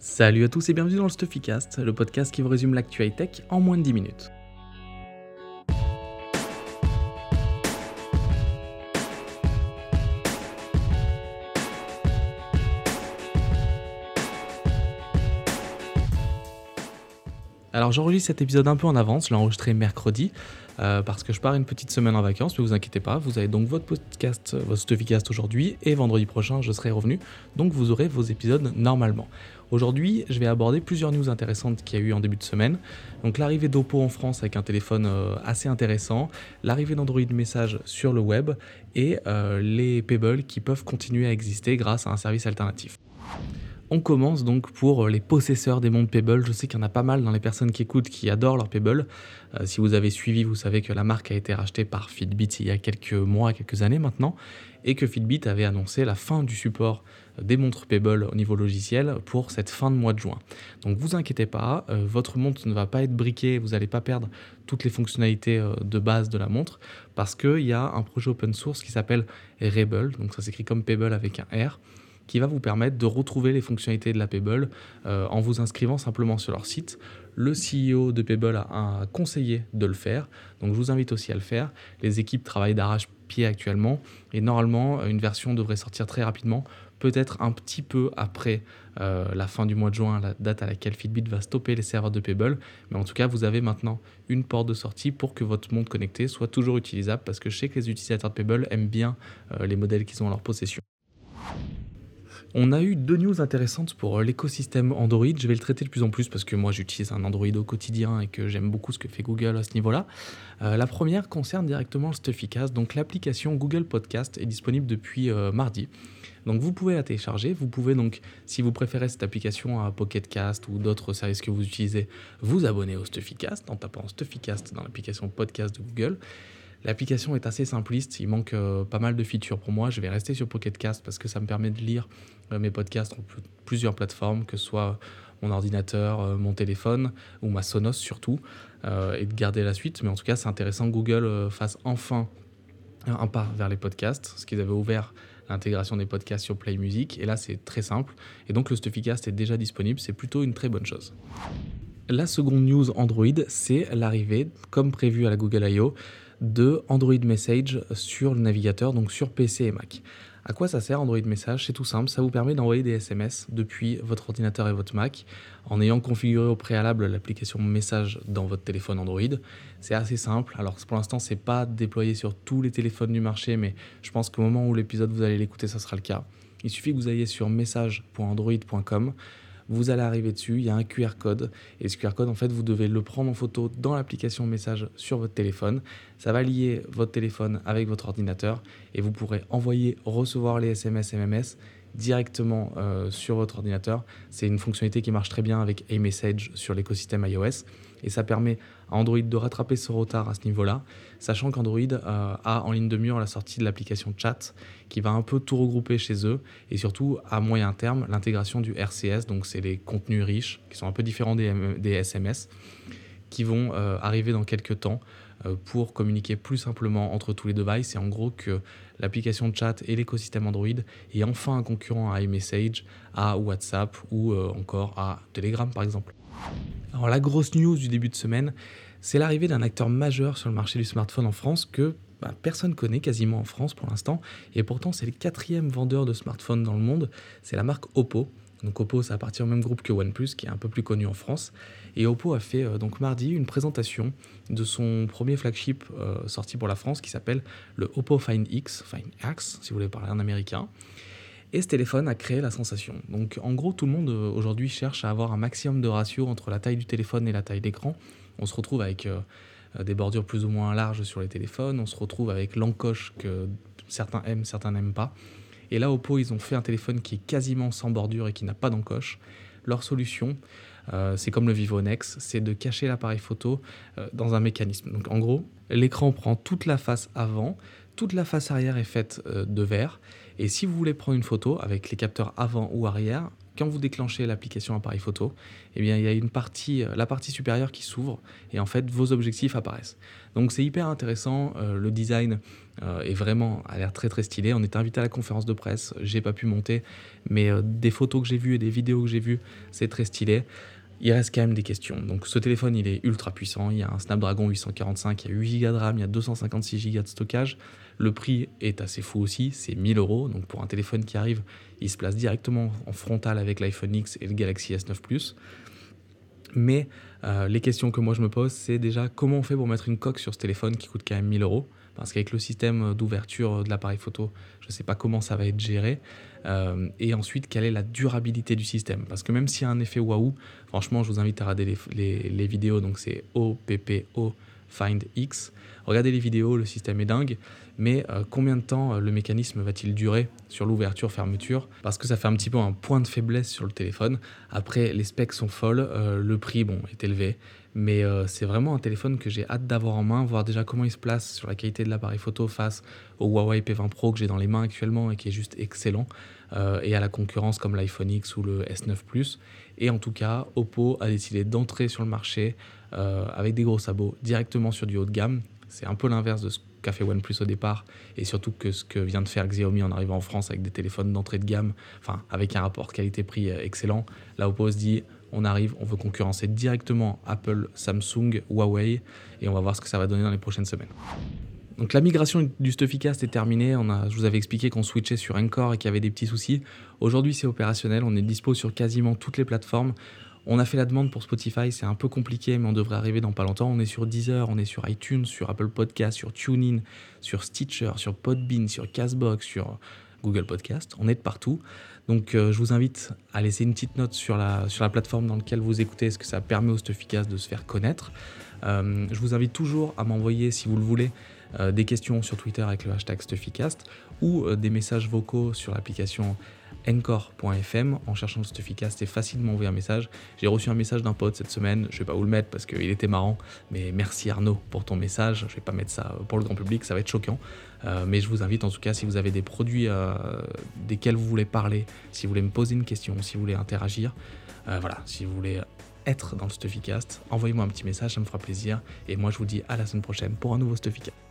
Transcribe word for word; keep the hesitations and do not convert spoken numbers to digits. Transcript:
Salut à tous et bienvenue dans le Stuffycast, le podcast qui vous résume l'actu high-tech en moins de dix minutes. Alors j'enregistre cet épisode un peu en avance, je l'ai enregistré mercredi, euh, parce que je pars une petite semaine en vacances, mais vous inquiétez pas, vous avez donc votre podcast, votre Stuffycast aujourd'hui, et vendredi prochain je serai revenu, donc vous aurez vos épisodes normalement. Aujourd'hui, je vais aborder plusieurs news intéressantes qu'il y a eu en début de semaine. Donc l'arrivée d'Oppo en France avec un téléphone euh, assez intéressant, l'arrivée d'Android Message sur le web, et euh, les Pebble qui peuvent continuer à exister grâce à un service alternatif. On commence donc pour les possesseurs des montres Pebble. Je sais qu'il y en a pas mal dans les personnes qui écoutent qui adorent leurs Pebble. Euh, si vous avez suivi, vous savez que la marque a été rachetée par Fitbit il y a quelques mois, quelques années maintenant, et que Fitbit avait annoncé la fin du support des montres Pebble au niveau logiciel pour cette fin de mois de juin. Donc vous inquiétez pas, euh, votre montre ne va pas être briquée, vous n'allez pas perdre toutes les fonctionnalités euh, de base de la montre, parce qu'il y a un projet open source qui s'appelle Rebel, donc ça s'écrit comme Pebble avec un R, qui va vous permettre de retrouver les fonctionnalités de la Pebble euh, en vous inscrivant simplement sur leur site. Le C E O de Pebble a, a conseillé de le faire, donc je vous invite aussi à le faire. Les équipes travaillent d'arrache-pied actuellement, et normalement, une version devrait sortir très rapidement, peut-être un petit peu après euh, la fin du mois de juin, la date à laquelle Fitbit va stopper les serveurs de Pebble. Mais en tout cas, vous avez maintenant une porte de sortie pour que votre montre connectée soit toujours utilisable, parce que je sais que les utilisateurs de Pebble aiment bien euh, les modèles qu'ils ont en leur possession. On a eu deux news intéressantes pour l'écosystème Android. Je vais le traiter de plus en plus parce que moi j'utilise un Android au quotidien et que j'aime beaucoup ce que fait Google à ce niveau-là. Euh, la première concerne directement le Stuffycast. Donc l'application Google Podcast est disponible depuis euh, mardi. Donc vous pouvez la télécharger. Vous pouvez donc, si vous préférez cette application à Pocket Cast ou d'autres services que vous utilisez, vous abonner au Stuffycast en tapant Stuffycast dans l'application podcast de Google. L'application est assez simpliste, il manque euh, pas mal de features pour moi. Je vais rester sur Pocket Cast parce que ça me permet de lire euh, mes podcasts sur p- plusieurs plateformes, que ce soit mon ordinateur, euh, mon téléphone ou ma Sonos surtout, euh, et de garder la suite. Mais en tout cas, c'est intéressant que Google euh, fasse enfin un, un pas vers les podcasts, parce qu'ils avaient ouvert l'intégration des podcasts sur Play Music, et là c'est très simple. Et donc le Stuffycast est déjà disponible, c'est plutôt une très bonne chose. La seconde news Android, c'est l'arrivée, comme prévu à la Google I O, de Android Message sur le navigateur, donc sur P C et Mac. À quoi ça sert Android Message? C'est tout simple, ça vous permet d'envoyer des S M S depuis votre ordinateur et votre Mac en ayant configuré au préalable l'application Message dans votre téléphone Android. C'est assez simple, alors pour l'instant c'est pas déployé sur tous les téléphones du marché, mais je pense qu'au moment où l'épisode vous allez l'écouter, ça sera le cas. Il suffit que vous ayez sur message point android point com. Vous allez arriver dessus, il y a un Q R code, et ce Q R code, en fait, vous devez le prendre en photo dans l'application Message sur votre téléphone. Ça va lier votre téléphone avec votre ordinateur, et vous pourrez envoyer, recevoir les S M S M M S directement euh, sur votre ordinateur. C'est une fonctionnalité qui marche très bien avec iMessage sur l'écosystème iOS, et ça permet à Android de rattraper ce retard à ce niveau-là, sachant qu'Android euh, a en ligne de mire la sortie de l'application Chat, qui va un peu tout regrouper chez eux, et surtout à moyen terme l'intégration du R C S, donc c'est les contenus riches qui sont un peu différents des, des S M S, qui vont euh, arriver dans quelques temps euh, pour communiquer plus simplement entre tous les devices, et en gros que l'application Chat et l'écosystème Android est enfin un concurrent à iMessage, à WhatsApp ou euh, encore à Telegram par exemple. Alors la grosse news du début de semaine, c'est l'arrivée d'un acteur majeur sur le marché du smartphone en France que bah, personne connaît quasiment en France pour l'instant, et pourtant c'est le quatrième vendeur de smartphones dans le monde, c'est la marque Oppo. Donc Oppo, ça appartient au même groupe que OnePlus, qui est un peu plus connu en France. Et Oppo a fait euh, donc mardi une présentation de son premier flagship euh, sorti pour la France, qui s'appelle le Oppo Find X, Find X, si vous voulez parler en américain. Et ce téléphone a créé la sensation. Donc en gros, tout le monde euh, aujourd'hui cherche à avoir un maximum de ratio entre la taille du téléphone et la taille d'écran. On se retrouve avec euh, des bordures plus ou moins larges sur les téléphones, on se retrouve avec l'encoche que certains aiment, certains n'aiment pas. Et là, Oppo, ils ont fait un téléphone qui est quasiment sans bordure et qui n'a pas d'encoche. Leur solution, euh, c'est comme le Vivo Nex, c'est de cacher l'appareil photo euh, dans un mécanisme. Donc en gros, l'écran prend toute la face avant, toute la face arrière est faite euh, de verre, et si vous voulez prendre une photo avec les capteurs avant ou arrière, quand vous déclenchez l'application appareil photo, eh bien, il y a une partie, la partie supérieure qui s'ouvre et en fait, vos objectifs apparaissent. Donc, c'est hyper intéressant. Euh, le design euh, est vraiment, a l'air très très stylé. On était invité à la conférence de presse, j'ai pas pu monter, mais euh, des photos que j'ai vues et des vidéos que j'ai vues, c'est très stylé. Il reste quand même des questions. Donc ce téléphone, il est ultra puissant. Il y a un Snapdragon huit cent quarante-cinq, il y a huit giga de RAM, il y a deux cent cinquante-six giga de stockage. Le prix est assez fou aussi, c'est mille euros. Donc pour un téléphone qui arrive, il se place directement en frontal avec l'iPhone X et le Galaxy S neuf Plus. Mais euh, les questions que moi je me pose, c'est déjà comment on fait pour mettre une coque sur ce téléphone qui coûte quand même mille euros. Parce qu'avec le système d'ouverture de l'appareil photo, je ne sais pas comment ça va être géré. Euh, et ensuite, quelle est la durabilité du système. Parce que même s'il y a un effet waouh, franchement, je vous invite à regarder les, les, les vidéos. Donc c'est O P P O Find X. Regardez les vidéos, le système est dingue. Mais euh, combien de temps euh, le mécanisme va-t-il durer sur l'ouverture-fermeture? Parce que ça fait un petit peu un point de faiblesse sur le téléphone. Après, les specs sont folles. Euh, le prix, bon, est élevé. Mais euh, c'est vraiment un téléphone que j'ai hâte d'avoir en main, voir déjà comment il se place sur la qualité de l'appareil photo face au Huawei P vingt Pro que j'ai dans les mains actuellement et qui est juste excellent, euh, et à la concurrence comme l'iPhone X ou le S neuf Plus. Et en tout cas, Oppo a décidé d'entrer sur le marché euh, avec des gros sabots directement sur du haut de gamme. C'est un peu l'inverse de ce qu'a fait OnePlus au départ et surtout que ce que vient de faire Xiaomi en arrivant en France avec des téléphones d'entrée de gamme, enfin avec un rapport qualité-prix excellent. Là, Oppo se dit on arrive, on veut concurrencer directement Apple, Samsung, Huawei et on va voir ce que ça va donner dans les prochaines semaines. Donc la migration du Stuffycast est terminée. On a, je vous avais expliqué qu'on switchait sur Anchor et qu'il y avait des petits soucis. Aujourd'hui, c'est opérationnel. On est dispo sur quasiment toutes les plateformes. On a fait la demande pour Spotify, c'est un peu compliqué, mais on devrait arriver dans pas longtemps. On est sur Deezer, on est sur iTunes, sur Apple Podcast, sur TuneIn, sur Stitcher, sur Podbean, sur Castbox, sur Google Podcast. On est de partout. Donc euh, je vous invite à laisser une petite note sur la, sur la plateforme dans laquelle vous écoutez, parce que ça permet au Stuffycast de se faire connaître. Euh, je vous invite toujours à m'envoyer, si vous le voulez, euh, des questions sur Twitter avec le hashtag Stuffycast ou euh, des messages vocaux sur l'application Encore point F M. En cherchant le Stuffycast, c'est facile de m'envoyer un message. J'ai reçu un message d'un pote cette semaine, je ne vais pas vous le mettre parce qu'il était marrant, mais merci Arnaud pour ton message. Je ne vais pas mettre ça pour le grand public, ça va être choquant. Euh, mais je vous invite en tout cas, si vous avez des produits euh, desquels vous voulez parler, si vous voulez me poser une question, si vous voulez interagir, euh, voilà, si vous voulez être dans le Stuffycast, envoyez-moi un petit message, ça me fera plaisir. Et moi je vous dis à la semaine prochaine pour un nouveau Stuffycast.